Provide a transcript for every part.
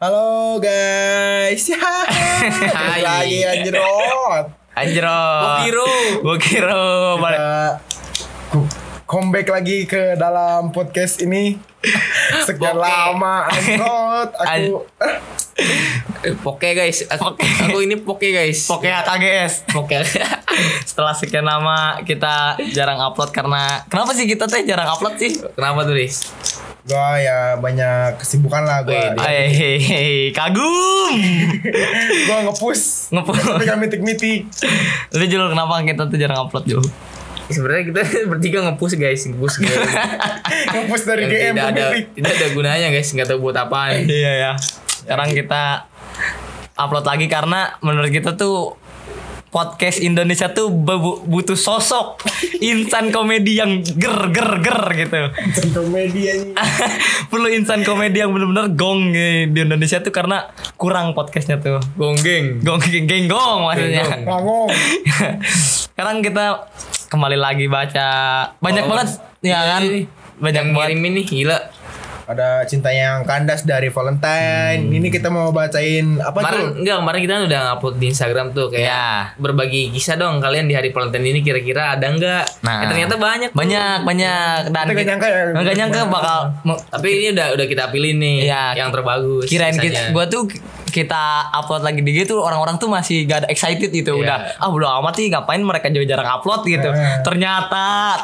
Halo guys. Hai. Lagi anjrot. Gua kira Kita comeback lagi ke dalam podcast ini. Sekian Poke. lama anjrot. Aku Poke guys. Aku ini Poke guys. Poke HKGS. Poke. Setelah sekian lama kita jarang upload karena kenapa sih kita teh jarang upload sih? Kenapa tuh, Riz? gua ya banyak kesibukan lah gua. Kagum. Gua nge-push. Tapi kan mitik-mitik. Lu Jul, kenapa kita tuh jarang upload Jul? Sebenarnya kita bertiga nge-push guys. Nge-push dari GM ke mitik. Tidak ada gunanya guys, enggak tahu buat apaan. Iya ya. Sekarang kita upload lagi karena menurut kita tuh podcast Indonesia tuh butuh sosok insan komedi yang ger gitu. Insan komedi anjing. Perlu insan komedi yang benar-benar gong di Indonesia tuh karena kurang podcastnya tuh. Gonggeng. Gong maksudnya. Ngomong. Sekarang kita kembali lagi baca banyak banget ya kan. Banyak Yang banget. ngirimin nih gila. Ada cinta yang kandas dari Valentine. Ini kita mau bacain apa tuh? Kemarin kita udah ngupload di Instagram tuh kayak Ya. berbagi kisah dong kalian di hari Valentine ini kira-kira ada nggak? Nah. Ternyata banyak. Banyak dan Kita nggak nyangka ya. nggak nyangka bakal Tapi ini udah kita pilih nih Iya. yang terbagus. kirain kisahnya. gua tuh kita upload lagi di gitu orang-orang tuh masih gak ada excited gitu. Iya. Udah bodo amat sih ngapain mereka jauh jarang upload gitu. Ternyata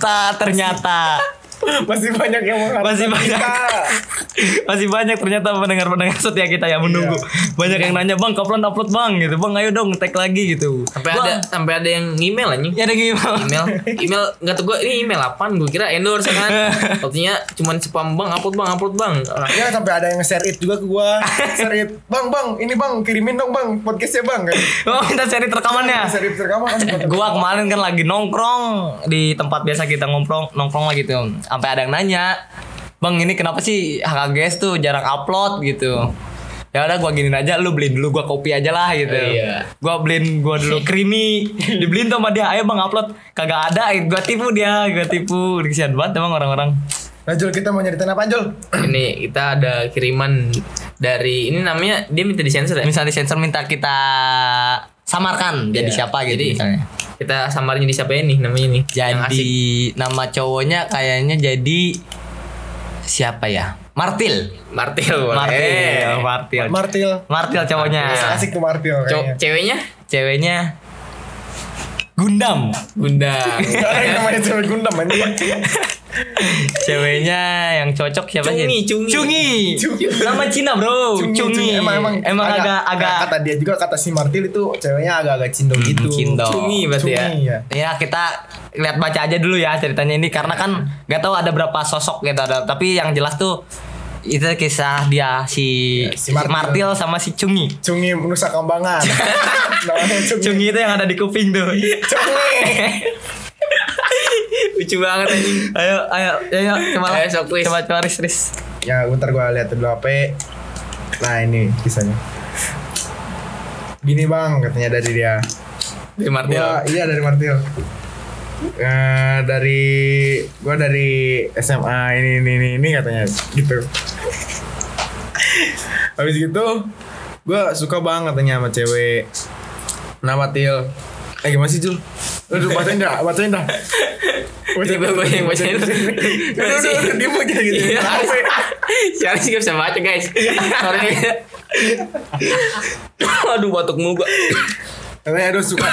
Masih banyak yang mengharapkan masih banyak kita. masih banyak ternyata pendengar setia kita yang menunggu. Banyak yang nanya, "Bang, kapan upload, Bang?" gitu. "Bang, ayo dong tag lagi." gitu. sampai ada yang email anjing. Ya ada gimana? email nggak tahu gue ini email apaan, gue kira endorse kan. Artinya cuman spam upload bang. Ya sampai ada yang share it juga ke gua. Share it. Bang, ini bang, kirimin dong bang podcastnya bang. Oh, minta seri rekamannya. Share it rekaman. Gua kemarin kan lagi nongkrong di tempat biasa kita nongkrong lagi tuh. Sampai ada yang nanya, "Bang, ini kenapa sih HKGS tuh jarang upload gitu?" Ya udah gua giniin aja, lu beliin dulu, gua kopi aja lah gitu. Iya. Gua dulu creamy, dibeliin tuh sama dia, "Ayo Bang upload." Kagak ada, gua tipu. Kesian banget emang orang-orang. Nah Jul, kita mau nyeritain apa Jul? Ini kita ada kiriman dari ini namanya dia minta disensor ya. Misalnya sensor minta kita samarkan jadi Iya. siapa gitu Jadi misalnya. kita samarin jadi siapa nih namanya nih? Yang asik. Jadi nama cowoknya kayaknya jadi siapa ya? Martil boleh. Martil cowoknya. asik tuh Martil kayaknya. Ceweknya Gundam. Gunda. Yang namanya cewek Gundam anjing. Ceweknya yang cocok siapa sih? Cungi. Nama Cina, Bro. Cungi. Emang agak kata dia juga, kata si Martil itu ceweknya agak cindo gitu. cindo. Cungi berarti ya. Cungi, ya. Ya kita lihat baca aja dulu ya ceritanya ini karena kan nggak tahu ada berapa sosok gitu ada, tapi yang jelas tuh itu kisah dia si Martil sama si Cungi. Cungi Nusa Kambangan. Namanya Cungi itu yang ada di kuping tuh. Cungi. Lucu banget anjing. Ayo coba. Ayo, sok, Riz. Coba Riz. Ya bentar gua lihat dulu HP. Nah ini kisahnya. Gini bang, katanya dari dia. Dari Martil. Iya dari Martil. Gua dari SMA ini katanya gitu. Habis gitu gua suka banget katanya sama cewek. Nah Martil. Gimana sih Jul? Udah bacain dah. Bacain. Udah dia mau gitu. Siapa sih gak bisa baca guys. Sorry. Aduh batuk mulu gua. Katanya dia suka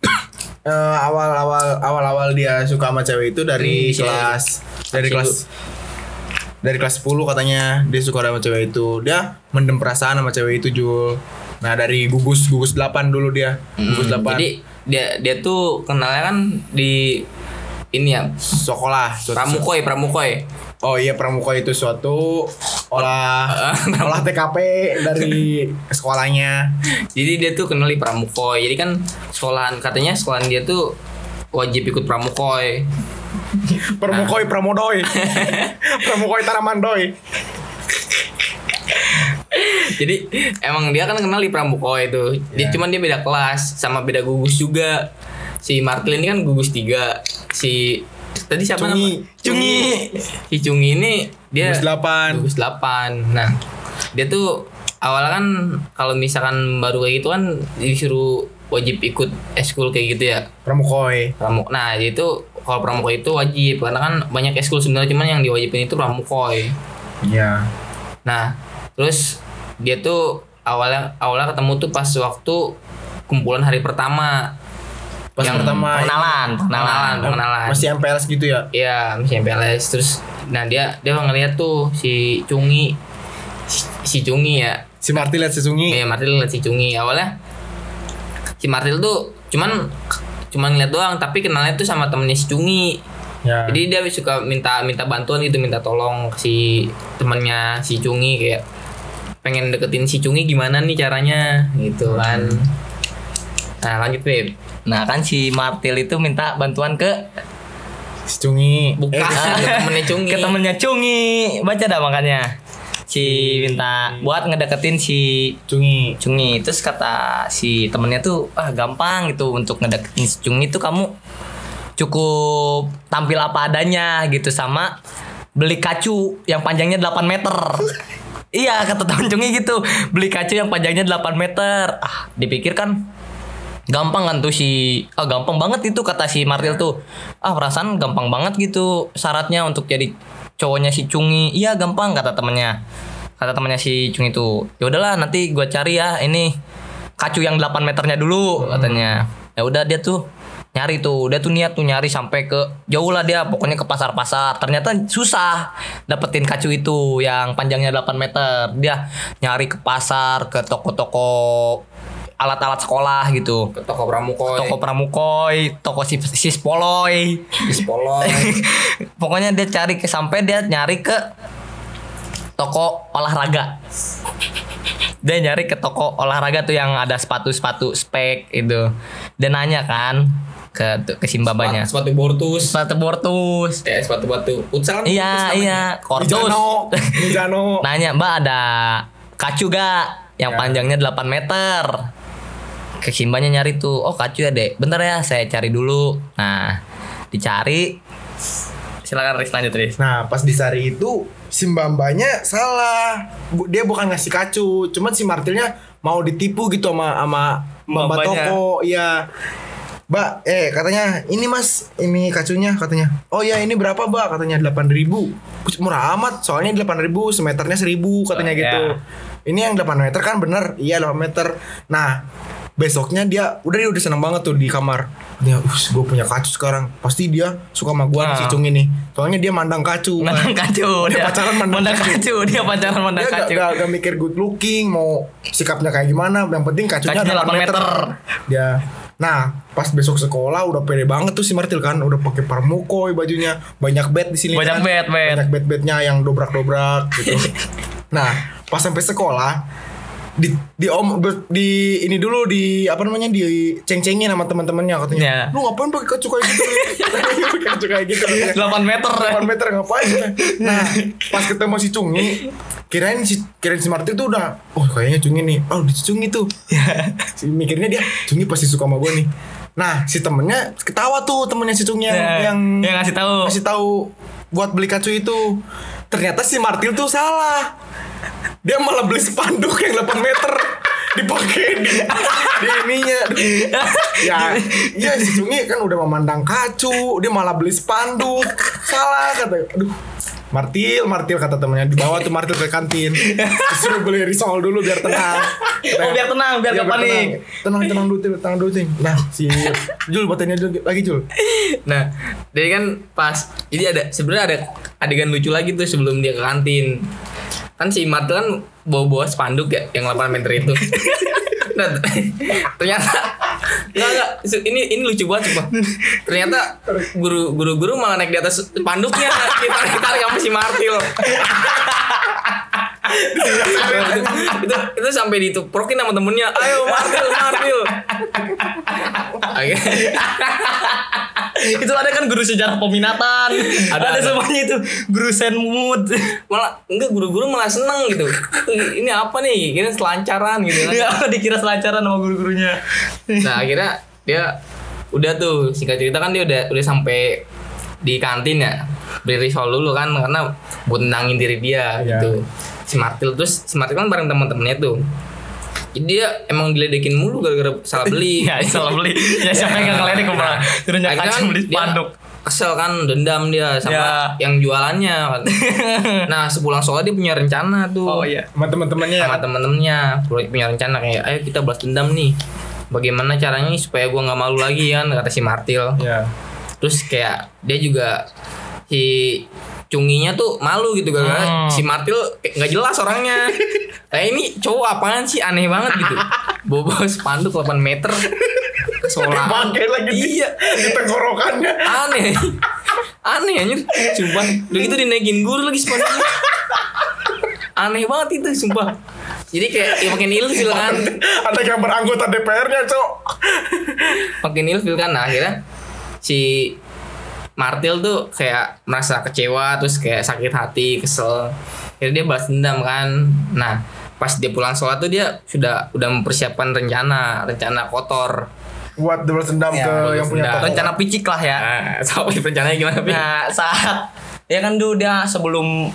awal dia suka sama cewek itu dari kelas 10 katanya dia suka sama cewek itu. Dia mendem perasaan sama cewek itu Jul. Nah dari gugus 8 dulu dia. Gugus 8. Jadi dia tuh kenalnya kan di ini ya sekolah Pramukoy. Oh iya Pramukoy itu suatu olah TKP dari sekolahnya. Jadi dia tuh kenal di Pramukoy. Jadi kan sekolahan dia tuh wajib ikut Pramukoy. Pramukoy Pramodoy. Pramukoy Taramandoy. Jadi emang dia kan kenal di Pramukoy itu. Cuman dia beda kelas sama beda gugus juga. Si Martil ini kan gugus 3. Si tadi siapa namanya? Cungi. Si Cungi ini dia gugus 8. Nah, dia tuh awalnya kan kalau misalkan baru kayak gitu kan disuruh wajib ikut eskul kayak gitu ya. Pramukoy. Nah itu kalau pramukoy itu wajib karena kan banyak eskul sebenarnya, cuman yang diwajibin itu pramukoy. Iya. Nah terus dia tuh awalnya ketemu tuh pas waktu kumpulan hari pertama. Pas Yang pertama pengenalan. masih MPLS gitu ya? Iya masih MPLS. Terus nah dia ngeliat tuh si Cungi ya. Si Martil liat si Cungi. Iya Martil liat si Cungi. Awalnya si Martil tuh cuman ngeliat doang, tapi kenalnya tuh sama temennya si Cungi. Ya. Jadi dia suka minta bantuan gitu, minta tolong si temennya si Cungi, kayak pengen deketin si Cungi gimana nih caranya gitu kan. Nah lanjut Beb. Nah kan si Martil itu minta bantuan ke Si Cungi. Bukan ke temennya Cungi. ke temennya Cungi. Baca dah makanya. Si minta buat ngedeketin si Cungi. Terus kata si temennya tuh gampang gitu untuk ngedeketin si Cungi tuh kamu cukup tampil apa adanya gitu, sama beli kacu yang panjangnya 8 meter. Iya kata temen Cungi gitu, beli kacu yang panjangnya 8 meter. Dipikir kan gampang kan tuh gampang banget itu kata si Martil tuh. Perasaan gampang banget gitu syaratnya untuk jadi cowoknya si Cungi. Iya gampang kata temennya si Cungi tuh. Ya udahlah nanti gua cari ya ini kacu yang 8 meternya dulu katanya. Ya udah dia tuh nyari tuh, dia tuh niat tuh nyari sampai ke jauh lah, dia pokoknya ke pasar-pasar. Ternyata susah dapetin kacu itu yang panjangnya 8 meter. Dia nyari ke pasar, ke toko-toko alat-alat sekolah gitu, Ke toko pramukoy, toko sispoloy. Pokoknya dia cari sampai dia nyari ke toko olahraga. Dia nyari ke toko olahraga tuh yang ada sepatu-sepatu spek itu. Dia nanya kan ke si babanya. Sepatu bortus. Sepatu futsal. Iya, kortus. Mijano. Nanya, "Mbak ada kacu gak yang panjangnya 8 meter?" Ke Simbanya nyari tuh, "Oh kacu ya dek, bentar ya saya cari dulu." Nah dicari. Silakan Riz, lanjut Riz. Nah pas dicari itu si mbak-mbaknya salah. Dia bukan ngasih kacu, cuman si Martilnya mau ditipu gitu sama mbak Mbak-mbaknya. toko. Iya, "Mbak, katanya ini mas, ini kacunya," katanya. "Oh ya ini berapa mbak?" Katanya 8.000. Murah amat, soalnya 8.000 semeternya 1.000 katanya gitu. Ini yang 8 meter kan bener? Iya 8 meter. Nah besoknya dia udah seneng banget tuh di kamar. Dia, gue punya kacu sekarang. Pasti dia suka sama gue si Cung ini. Soalnya dia mandang kacu. Dia pacaran mandang kacu. Dia pacaran mandang Dia kacu. gak mikir good looking, mau sikapnya kayak gimana. Yang penting kacunya 8 meter. Dia. Nah, pas besok sekolah udah pede banget tuh si Martil kan, udah pakai pramukoy bajunya, banyak bed di sini. Banyak kan. bed. Banyak bed-bednya yang dobrak-dobrak gitu. Nah, pas sampai sekolah di ini dulu di ceng-cengin sama teman-temannya katanya. Ya. "Lu ngapain pakai kacu kayak gitu?" Pakai kacu kayak gitu. 8 meter. 8 meter ngapain? Nah, pas ketemu si Cungi, kirain si Martil tuh udah, kayaknya Cungi nih. Di Cungi tuh. Mikirnya dia, Cungi pasti suka sama gue nih. Nah, si temennya ketawa tuh, temennya si Cungi yang ngasih tahu buat beli kacu itu. Ternyata si Martil tuh salah. Dia malah beli spanduk yang 8 meter dipakai di ininya. Ya si Cungi kan udah memandang kacu, dia malah beli spanduk. Salah kata. Aduh, Martil kata temennya, dibawa tuh Martil ke kantin. Disuruh beli risol dulu biar tenang. Biar tenang, biar gak panik. Tenang dulu, Ting. Nah, si Jul buatannya lagi Jul. Nah, jadi kan sebenarnya ada adegan lucu lagi tuh sebelum dia ke kantin. Kan si Martil kan bawa spanduk ya yang 8 meter itu. Nah, ternyata enggak, ini lucu banget coba. Ternyata guru malah naik di atas spanduknya, ditarik sama si Martil. itu sampai dituprokin sama temennya, "Ayo Martil." Itu ada kan guru sejarah peminatan. Ada semuanya itu. Guru senmut. Guru-guru malah seneng gitu. Ini apa nih? Kira selancaran gitu kan. Ya, dikira selancaran sama guru-gurunya. Nah, akhirnya dia udah tuh, singkat cerita kan dia udah sampai di kantin ya. Beli risol dulu kan karena buat nangin diri dia gitu. si Martil. Terus si Martil kan bareng teman-temannya tuh. Jadi dia emang diledekin mulu gara-gara salah beli. Ya salah beli. Ya siapa yang ngeledek kok. Suruh Akhirnya nyakacin kan beli dia spanduk. kesel kan, dendam dia sama yang jualannya kan. Nah sepulang sekolah dia punya rencana tuh. Oh iya. Sama teman-temannya ya. Sama temen-temennya punya rencana kayak ayo kita balas dendam nih. Bagaimana caranya supaya gua nggak malu lagi kan, kata si Martil. Ya. Terus kayak dia juga si Cunginya tuh malu gitu gara-gara si Martil nggak jelas orangnya. Kayak ini cowok apaan sih, aneh banget gitu. Bobo spanduk 8 meter. Soalnya Pakai lagi iya di tenggorokannya. Aneh anjir. Sumpah. Udah gitu dinaikin guru lagi spanduknya. Aneh banget itu sumpah. Jadi kayak ya makin ilfil kan. Ada gambar anggota DPR-nya, Cok. Makin ilfil kan. Nah, akhirnya si Martil tuh kayak merasa kecewa, terus kayak sakit hati, kesel. Akhirnya dia balas dendam kan. Nah, pas dia pulang sholat tuh dia udah mempersiapkan rencana kotor. Buat balas dendam Ya, ke balas yang punya dendam. toko. Rencana picik lah ya. Nah, so rencananya gimana, Pi? Nah, saat ya kan dulu dia sebelum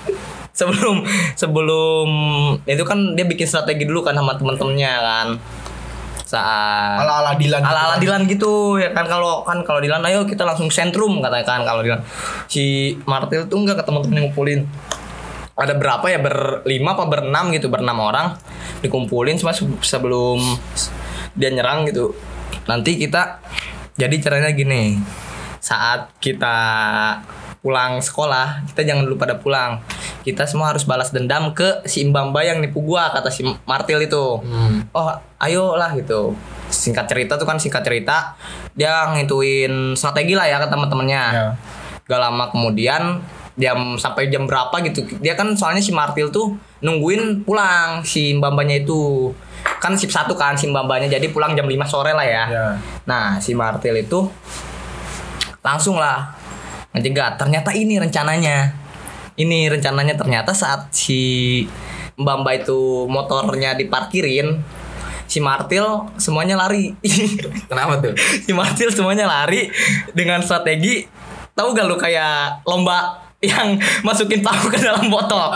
itu kan dia bikin strategi dulu kan sama temen-temennya kan. Saat Ala-ala Dilan. ala-ala Dilan gitu ya kan, kalau Dilan ayo kita langsung sentrum katakan, kalau Dilan si Martil tuh enggak ke teman-teman ngumpulin. Ada berapa ya, berlima apa berenam gitu, berenam orang dikumpulin semua sebelum dia nyerang gitu. Nanti kita jadi caranya gini, saat kita pulang sekolah kita jangan dulu pada pulang, kita semua harus balas dendam ke si Mbamba yang nipu gua, kata si Martil itu. Oh ayolah gitu, singkat cerita dia ngituin strategi lah ya ke teman-temannya. Gak lama kemudian sampai jam berapa gitu, dia kan soalnya si Martil tuh nungguin pulang si Mbambanya itu kan sip 1 kan si Mbambanya, jadi pulang jam 5 sore lah ya. Nah si Martil itu langsung lah ngejegat. Ternyata ini rencananya ternyata saat si Mbamba itu motornya diparkirin, si Martil semuanya lari. Kenapa tuh? Si Martil semuanya lari dengan strategi, tahu gak lu kayak lomba yang masukin paku ke dalam botol.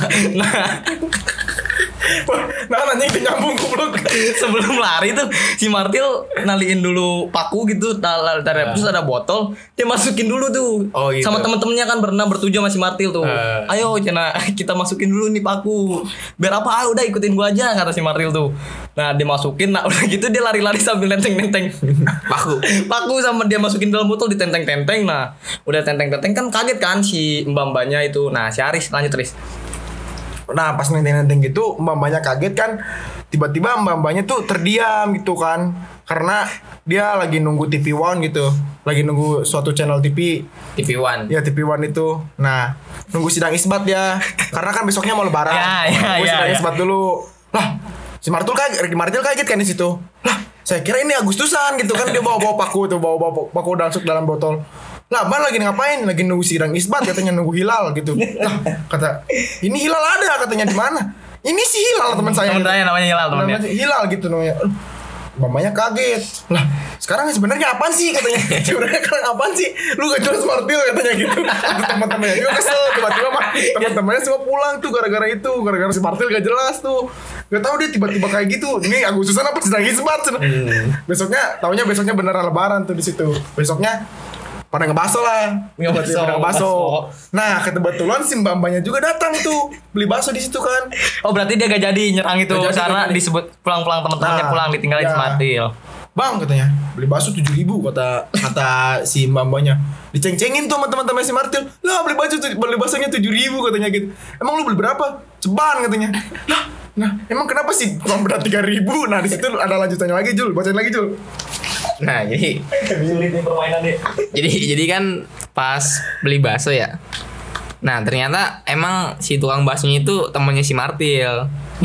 Nah anjing nyambung goblok. Sebelum lari tuh si Martil naliin dulu paku gitu, terus ada botol, dia masukin dulu tuh. Oh, gitu. Sama temen-temennya kan bertujuh sama si Martil tuh. Ayo cina kita masukin dulu nih paku. Biar apa? Udah ikutin gua aja, kata si Martil tuh. Nah dimasukin, nah udah gitu dia lari-lari sambil nenteng-nenteng paku sama dia masukin dalam botol, ditenteng-tenteng. Nah udah tenteng-tenteng kan kaget kan si Mbambanya itu. Nah si Aris lanjut Aris. Nah pas nenteng-nenteng gitu Mbambanya kaget kan. Tiba-tiba Mbambanya tuh terdiam gitu kan, karena dia lagi nunggu TV One gitu, lagi nunggu suatu channel TV TV1. ya, TV One itu. Nah nunggu sidang isbat dia, karena kan besoknya mau lebaran. Nunggu sidang isbat dulu. Lah si Martil kaget kan di situ. Lah saya kira ini Agustusan gitu kan, dia bawa paku tuh, bawa paku masuk dalam botol. Lah Ban lagi ngapain? Lagi nunggu sidang isbat katanya, nunggu hilal gitu. Lah kata ini hilal ada katanya, di mana? Ini sih hilal teman saya. Temen saya namanya Hilal temennya. Hilal gitu namanya. Mamanya kaget. Lah sekarang sebenarnya apaan sih katanya? Sebenarnya apaan sih? Lu gak jelas Martil katanya gitu. Teman-temannya juga kesel. Tiba-tiba teman-temannya semua pulang tuh gara-gara itu, gara-gara si Martil gak jelas tuh. Gak tahu dia tiba-tiba kayak gitu. Ini Agustusan apa sidang isbat? Besoknya beneran lebaran tuh di situ. Besoknya pada ngebaso lah, ngebaso. Nah kebetulan si Mbambanya juga datang tuh beli bakso di situ kan. Oh berarti dia gak jadi nyerang itu karena disebut pulang-pulang teman-temannya pulang ditinggalin sama Martil. Bang katanya beli bakso 7.000 kata si Mbambanya. Diceng-cengin tuh sama teman-teman si Martil. Lah beli baksonya 7.000 katanya gitu. Emang lu beli berapa? Ceban katanya. Lah nah emang kenapa sih cuma berat 3.000? Nah di situ ada lanjutannya lagi Jul, bacain lagi Jul. Nah jadi Sulit nih permainan deh. jadi kan pas beli bakso ya. Nah ternyata emang si tukang baksonya itu temannya si Martil.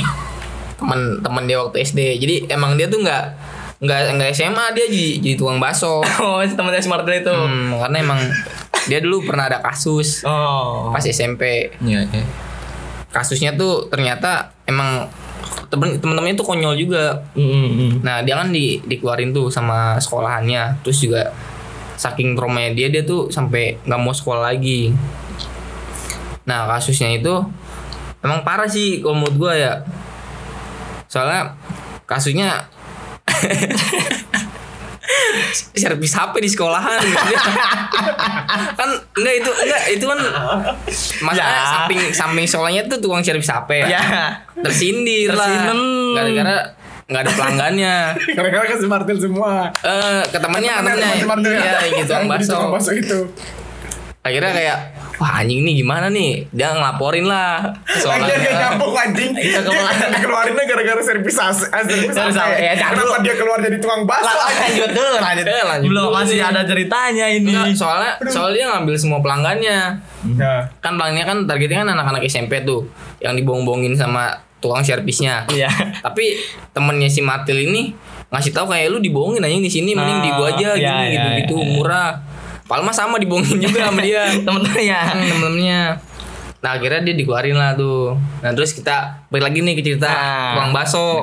Teman dia waktu SD. Jadi emang dia tuh nggak SMA, dia jadi tukang bakso. Oh temannya si Martil itu. Karena emang dia dulu pernah ada kasus pas SMP. Iya. Kasusnya tuh ternyata emang temen-temennya tuh konyol juga. Nah dia kan dikeluarin tuh sama sekolahannya. Terus juga saking traumanya dia tuh sampai nggak mau sekolah lagi. Nah kasusnya itu emang parah sih kalau menurut gue ya. Soalnya kasusnya servis HP di sekolahan gitu. Kan enggak itu kan masalah samping sekolahnya tuh tukang servis HP. Ya. Tersindir lah. Gara-gara nggak ada pelanggannya. Gara-gara kasih Martil semua. Ke temannya. Iya gitu Tukang bakso itu. Akhirnya kayak wah anjing nih gimana nih. Dia ngelaporin lah soalnya. Dia nyambung anjing. Dia keluarinnya gara-gara servis HP. Ya, Kenapa dia keluar jadi tukang bakso? Lanjut. Belum masih ada ceritanya ini. Enggak, soalnya dia ngambil semua pelanggannya. Ya. Kan pelanggannya kan targetnya kan anak-anak SMP tuh yang dibohong-bohongin sama tukang servisnya. Iya. Tapi temennya si Martil ini ngasih tahu kayak lu dibohongin anjing di sini, mending di gua aja gini gitu murah. Palma sama dibohongin juga sama dia temen-temennya. Nah akhirnya dia dikeluarin lah tuh. Nah terus kita balik lagi nih ke cerita tukang bakso.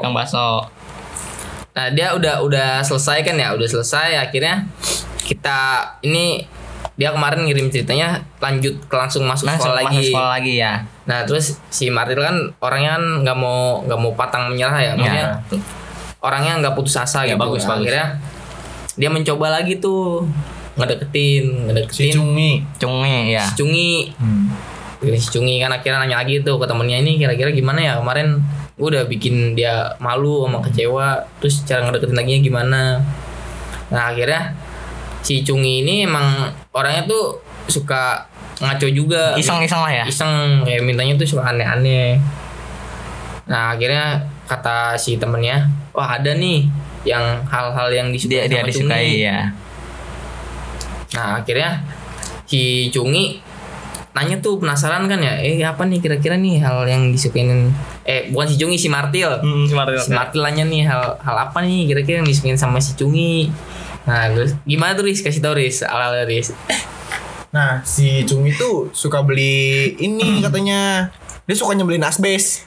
Nah dia udah selesai kan ya, udah selesai. Akhirnya kita ini dia kemarin ngirim ceritanya lanjut langsung masuk sekolah lagi ya. Nah terus si Martil kan orangnya kan nggak mau pantang menyerah ya, maksudnya orangnya nggak putus asa ya, gitu. bagus. Akhirnya dia mencoba lagi tuh ngedeketin Si Cungi ya. Si Cungi kan akhirnya nanya lagi tuh ke temennya, ini kira-kira gimana ya kemarin gue udah bikin dia malu sama kecewa, terus cara ngedeketin laginya gimana. Nah akhirnya si Cungi ini emang orangnya tuh suka ngaco juga, iseng lah ya, iseng kayak mintanya tuh suka aneh-aneh. Nah akhirnya kata si temennya, wah ada nih yang hal-hal yang disukai dia disukai ya. Nah akhirnya si Cungi nanya tuh, penasaran kan ya, apa nih kira-kira nih hal yang disukain, bukan si Cungi, si Martil. Si Martil nanya nih hal apa nih kira-kira yang disukain sama si Cungi. Nah terus gimana tuh Riz, kasih tau Riz, ala-ala Riz. Nah si Cungi tuh suka beli ini katanya, dia suka nyembelin asbes.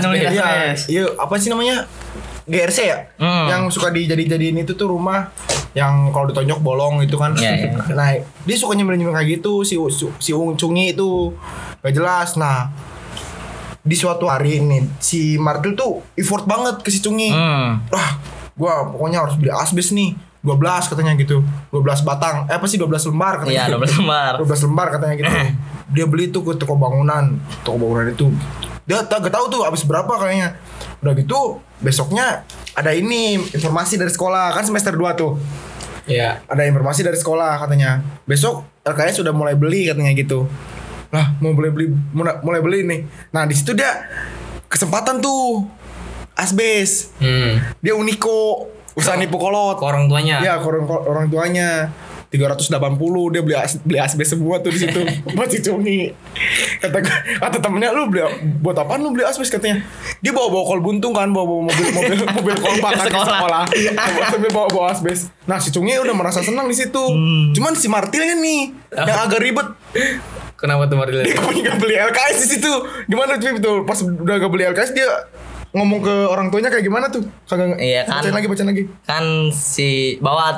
Iya apa sih namanya, GRC ya, yang suka dijadiin itu tuh rumah yang kalau ditonjok bolong itu kan. Nah dia suka nyembelin kayak gitu si Cungi itu gak jelas. Nah di suatu hari ini si Martil tuh effort banget ke si Cungi. Wah gua pokoknya harus beli asbes nih 12 katanya gitu, 12 batang, apa sih 12 lembar katanya. Iya 12 lembar katanya gitu. Dia beli tuh ke toko bangunan itu. Dia gak tahu tuh habis berapa kayaknya. Udah gitu besoknya ada ini informasi dari sekolah, kan semester 2 tuh. Iya. Ada informasi dari sekolah katanya, besok LKS sudah mulai beli katanya gitu. Lah mulai beli nih. Nah di situ dia kesempatan tuh asbes. Dia Uniko, usaha nipu kolot. Ke orang tuanya. Iya, orang tuanya. 380 dia beli asbes semua tuh di situ. Buat si Cungi. Kata temennya, lu beli buat apaan lu beli asbes katanya. Dia bawa kol buntung kan, bawa mobil kolbak kan di sekolah. Sambil bawa asbes. Nah, si Cungi udah merasa senang di situ. Cuman si Martilnya nih yang agak ribet. Kenapa tuh Martil? Dia gak beli LKS di situ. Gimana tuh pas udah gak beli LKS dia ngomong ke orang tuanya kayak gimana tuh? Kagak. Iya kan. Bacain lagi. Kan si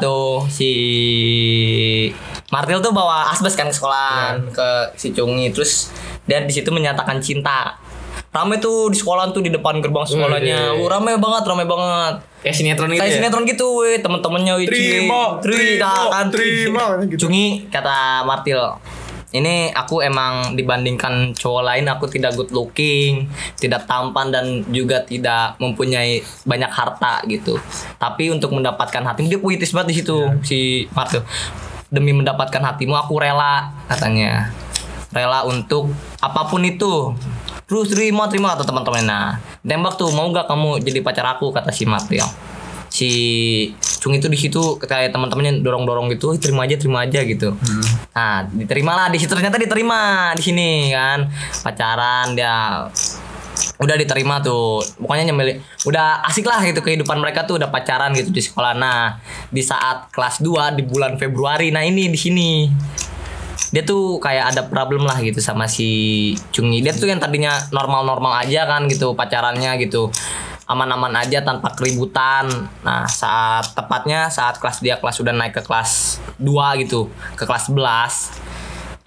Martil tuh bawa asbes kan ke sekolah ke si Cungi, terus dia di situ menyatakan cinta. Rame tuh di sekolah tuh, di depan gerbang sekolahnya. Rame banget. Kayak sinetron gitu. Kayak sinetron gitu, temen-temennya terima gitu. Cungi kata Martil, ini aku emang dibandingkan cowok lain aku tidak good looking, tidak tampan dan juga tidak mempunyai banyak harta gitu. Tapi untuk mendapatkan hatimu, dia puitis banget di situ si Martil. Demi mendapatkan hatimu aku rela katanya. Rela untuk apapun itu. Terus terima kata teman-teman. Nah, tembak tuh, mau gak kamu jadi pacar aku kata si Martil. Si Cungi itu di situ kayak teman-temannya dorong gitu, terima aja gitu. Nah, diterimalah di situ, ternyata diterima di sini kan. Pacaran dia udah diterima tuh. Pokoknya nyembelin, udah asik lah gitu kehidupan mereka tuh, udah pacaran gitu di sekolah. Nah, di saat kelas 2 di bulan Februari, nah ini di sini dia tuh kayak ada problem lah gitu sama si Cungi. Dia tuh yang tadinya normal-normal aja kan gitu pacarannya gitu, aman-aman aja tanpa keributan. Nah saat kelas dia udah naik ke kelas 2 gitu, ke kelas 11,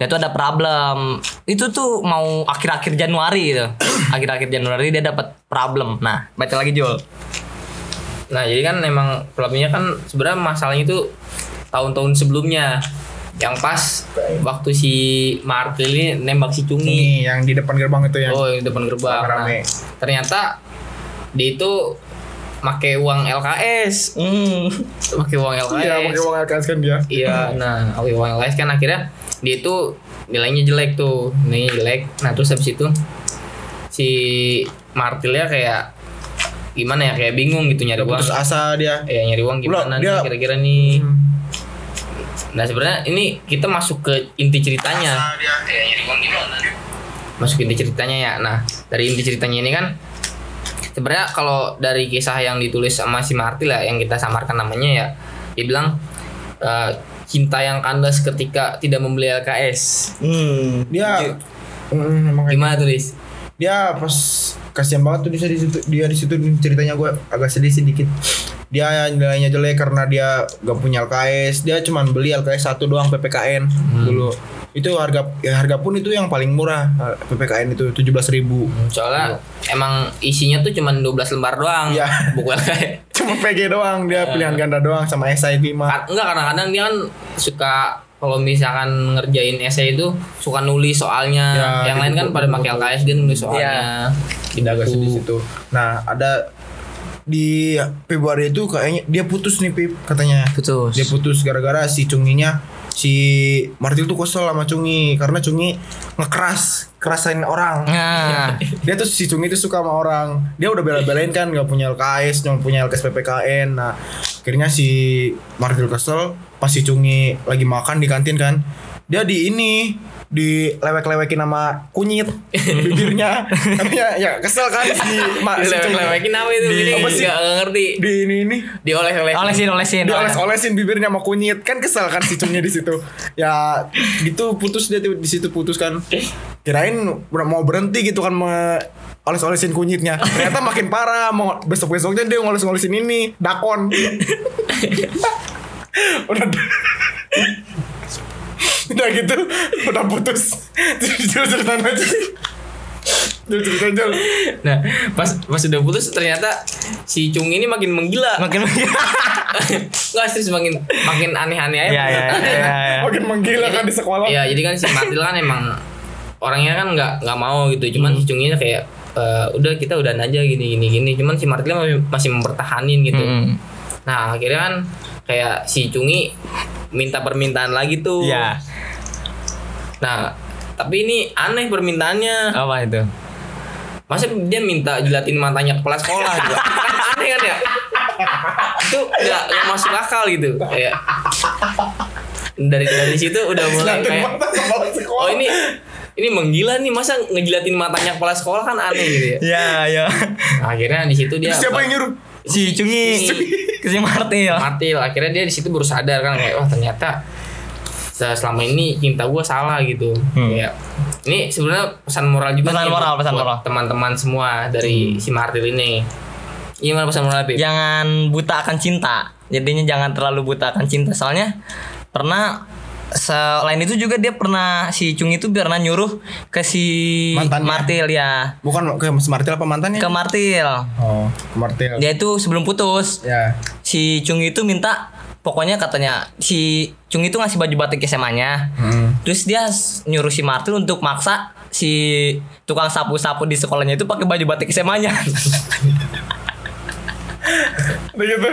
dia tuh ada problem. Itu tuh mau akhir-akhir Januari gitu. Akhir-akhir Januari dia dapat problem. Nah, baca lagi Jul. Nah jadi kan emang problemnya kan sebenarnya masalahnya itu tahun-tahun sebelumnya, yang pas waktu si Martil ini nembak si Cungi. Ini yang di depan gerbang itu yang Oh, yang depan gerbang. Nah, rame. ternyata dia itu pakai uang LKS. Pakai uang LKS. Iya, pakai uang LKS kan dia. Iya, nah pakai uang LKS kan akhirnya dia itu nilainya jelek tuh, nilainya jelek. Nah terus habis itu si Martilnya kayak gimana ya, kayak bingung gitu nyari uang. Putus asa dia. Ya nyari uang gimana Dia- nih kira-kira nih. Nah sebenarnya ini kita masuk ke inti ceritanya. Masuk ke inti ceritanya ya. Nah dari inti ceritanya ini kan sebenarnya kalau dari kisah yang ditulis sama si Martil ya, yang kita samarkan namanya ya, dia bilang cinta yang kandas ketika tidak membeli LKS. Dia emang kayak- Gimana tuh Riz? dia pas kasihan banget tuh dia di situ ceritanya gue agak sedih sedikit. Dia nilainya jelek karena dia gak punya LKS. Dia cuman beli LKS 1 doang PPKN dulu. Itu harga pun itu yang paling murah. PPKN itu 17.000. Soalnya emang isinya tuh cuma 12 lembar doang. Iya. Buku LKS. Cuma PG doang, dia pilihan ganda doang sama SI 5. Enggak, kadang-kadang dia kan suka kalau misalkan ngerjain esai itu suka nulis soalnya. Ya, yang di lain kan buku- pada pakai buku. LKS, dia nulis soalnya di Dia agak sedih buku. situ. Nah, ada di Februari itu kayaknya dia putus nih Pip katanya. Putus. Dia putus gara-gara si Cunginya, si Martil tuh kesel sama Cungi karena Cungi ngerasain orang. Nah, Dia tuh si Cungi tuh suka sama orang. Dia udah bela-belain kan gak punya LKS, cuma punya LKS PPKN. Nah, akhirnya si Martil kesel pas si Cungi lagi makan di kantin kan. Dia dilewek-lewekin sama kunyit bibirnya. Katanya ya kesel kan si Cungi. Lewekin apa itu? Gini apa sih? nggak ngerti. Di ini olesin. dioles-olesin bibirnya sama kunyit kan kesel kan si Cungi di situ. Ya gitu putus dia tuh di situ putus kan. Kirain mau berhenti gitu kan oles-olesin kunyitnya. Ternyata makin parah. Mau besok-besoknya dia ngoles-ngolesin ini dakon. Udah gitu udah putus. Ceritain aja. Ceritain Jol. Nah, pas udah putus ternyata si Cung ini makin menggila. Makin Nggak, serius makin aneh-aneh aja. Iya. Makin menggila kan di sekolah. Iya, jadi kan si Martil kan emang orangnya kan nggak mau gitu. Cuman si Cung ini kayak udah kita udahan aja gini. Cuman si Martil masih mempertahanin gitu. Nah, akhirnya kan kayak si Cungi minta permintaan lagi tuh. Iya. Nah, tapi ini aneh permintaannya. Apa itu? Masa dia minta jilatin matanya kepala sekolah juga. Aneh kan ya? Itu nggak masuk akal gitu. Kayak dari situ udah mulai kayak oh ini menggila nih, masa ngejilatin matanya kepala sekolah kan aneh gitu ya. Iya. Nah, akhirnya di situ dia Siapa yang nyuruh? Si Cungi ke si Martil. Akhirnya dia di situ baru sadar kan kayak wah ternyata selama ini cinta gue salah gitu. Kayak ini sebenarnya pesan moral juga Pesan nih moral, buat pesan moral. teman-teman semua dari si Martil ini. Gimana pesan moral Pip? Jangan buta akan cinta. Jadinya jangan terlalu buta akan cinta. Soalnya pernah selain itu juga dia pernah si Cung itu pernah nyuruh ke si Mantannya. Martil ya. Bukan ke Mas Martil apa mantannya? Ke Martil. Oh, ke Martil. Dia itu sebelum putus. Ya. Si Cung itu minta pokoknya katanya si Cung itu ngasih baju batik SMA-nya. Terus dia nyuruh si Martil untuk maksa si tukang sapu-sapu di sekolahnya itu pakai baju batik SMA-nya. Udah gitu.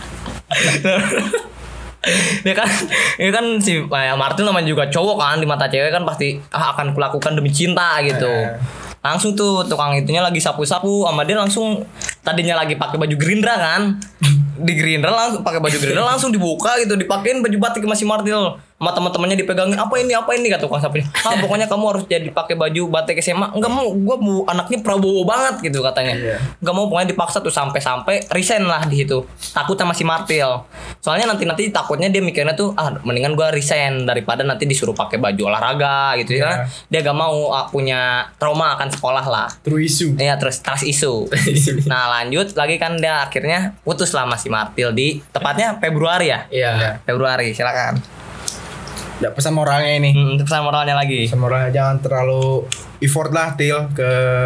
Ya kan si Martin namanya juga cowok kan, di mata cewek kan pasti akan kulakukan demi cinta gitu. Langsung tuh tukang itunya lagi sapu-sapu sama dia langsung tadinya lagi pakai baju Gerindra kan. Di Gerindra langsung pakai baju Gerindra langsung dibuka gitu, dipakein baju batik sama si Martil. Sama teman-temannya dipegangin, apa ini kata tukang sapunya. Pokoknya kamu harus jadi pakai baju batik SMA. Enggak mau, gua anaknya Prabowo banget gitu katanya. Enggak mau, pokoknya dipaksa tuh sampai resign lah di situ. Takut sama si Martil. Soalnya nanti takutnya dia mikirnya tuh mendingan gua resign daripada nanti disuruh pakai baju olahraga gitu ya. Dia gak mau punya trauma akan sekolah lah. True issue. Iya, terus trust issue. Nah, lanjut lagi kan dia akhirnya putus lah sama si Martil di tepatnya Februari ya. Iya. Februari, silakan. Ya, pesan moralnya ini. Pesan moralnya lagi. Pesan moralnya jangan terlalu effort lah Til ke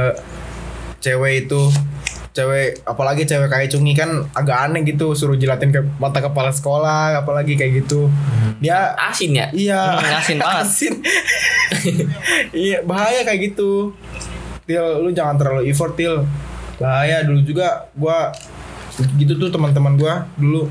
cewek itu. Cewek apalagi cewek kayak Cungi kan agak aneh gitu suruh jilatin ke mata kepala sekolah apalagi kayak gitu. Dia Asin ya? iya Asin banget. Asin. Iya bahaya kayak gitu. Til lu jangan terlalu effort Til. Bahaya dulu juga gua gitu tuh teman-teman gua dulu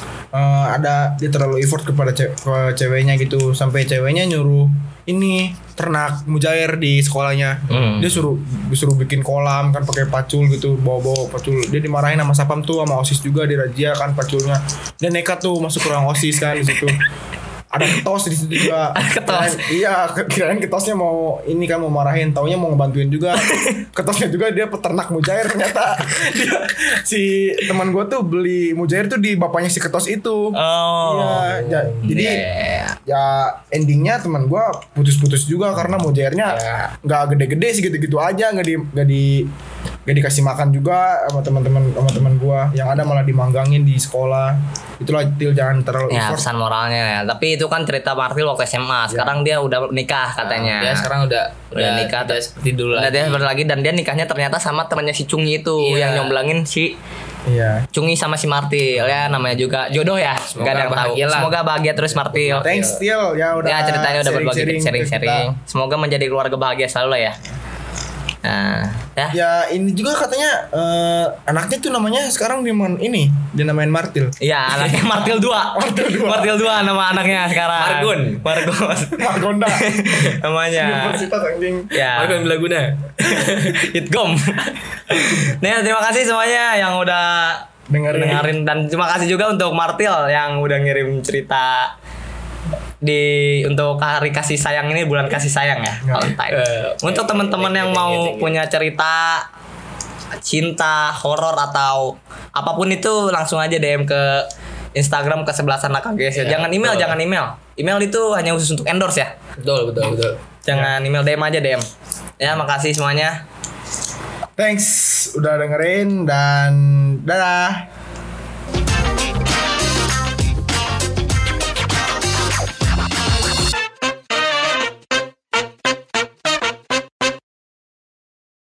ada dia terlalu effort kepada ke ceweknya gitu sampai ceweknya nyuruh ini ternak mujair di sekolahnya. Dia disuruh bikin kolam kan pakai pacul gitu, bawa pacul. Dia dimarahin sama sapam tuh sama OSIS juga dirazia kan paculnya. Dia nekat tuh masuk ruang OSIS kan di situ. Ada ketos di situ juga. Ketos. Iya, kirain ketosnya mau ini kan mau marahin, taunya mau ngebantuin juga. Ketosnya juga dia peternak mujair ternyata. Si teman gue tuh beli mujair tuh di bapaknya si ketos itu. Iya, jadi ya endingnya teman gue putus-putus juga karena mujairnya nggak gede-gede sih gitu-gitu aja, nggak dikasih makan juga sama teman gue, yang ada malah dimanggangin di sekolah. Itulah Til jangan terlalu Ya effort. pesan moralnya ya. Tapi itu kan cerita Martil waktu SMA. Sekarang dia udah nikah katanya. Dia sekarang udah nikah udah seperti dulu Udah lagi. dia seperti lagi dan dia nikahnya ternyata sama temannya si Cungi itu yang nyomblangin si Iya. Cungi sama si Martil ya, namanya juga jodoh ya. Gak ada yang tahu. bahagia lah. Semoga bahagia terus Martil. Thanks Til ya udah. Ya ceritanya udah berbagi sharing-sharing ke sharing. kita. Semoga menjadi keluarga bahagia selalu lah ya. Nah, ya. Ya ini juga katanya anaknya tuh namanya sekarang dia namain Martil. Iya, anaknya Martil 2. Martil 2 nama anaknya sekarang. Margon. Margonda. Namanya. Universitas anjing. Ya. Margon Bilaguna. Hitgom. Nah, terima kasih semuanya yang udah dengerin dan terima kasih juga untuk Martil yang udah ngirim cerita untuk hari kasih sayang ini, bulan kasih sayang ya, Valentine. Untuk teman-teman yang mau punya cerita cinta, horor atau apapun itu langsung aja DM ke Instagram Kesebelasan AKGS ya. Jangan email. Email itu hanya khusus untuk endorse ya. Betul. Jangan email, DM aja DM. Ya, makasih semuanya. Thanks udah dengerin dan dadah.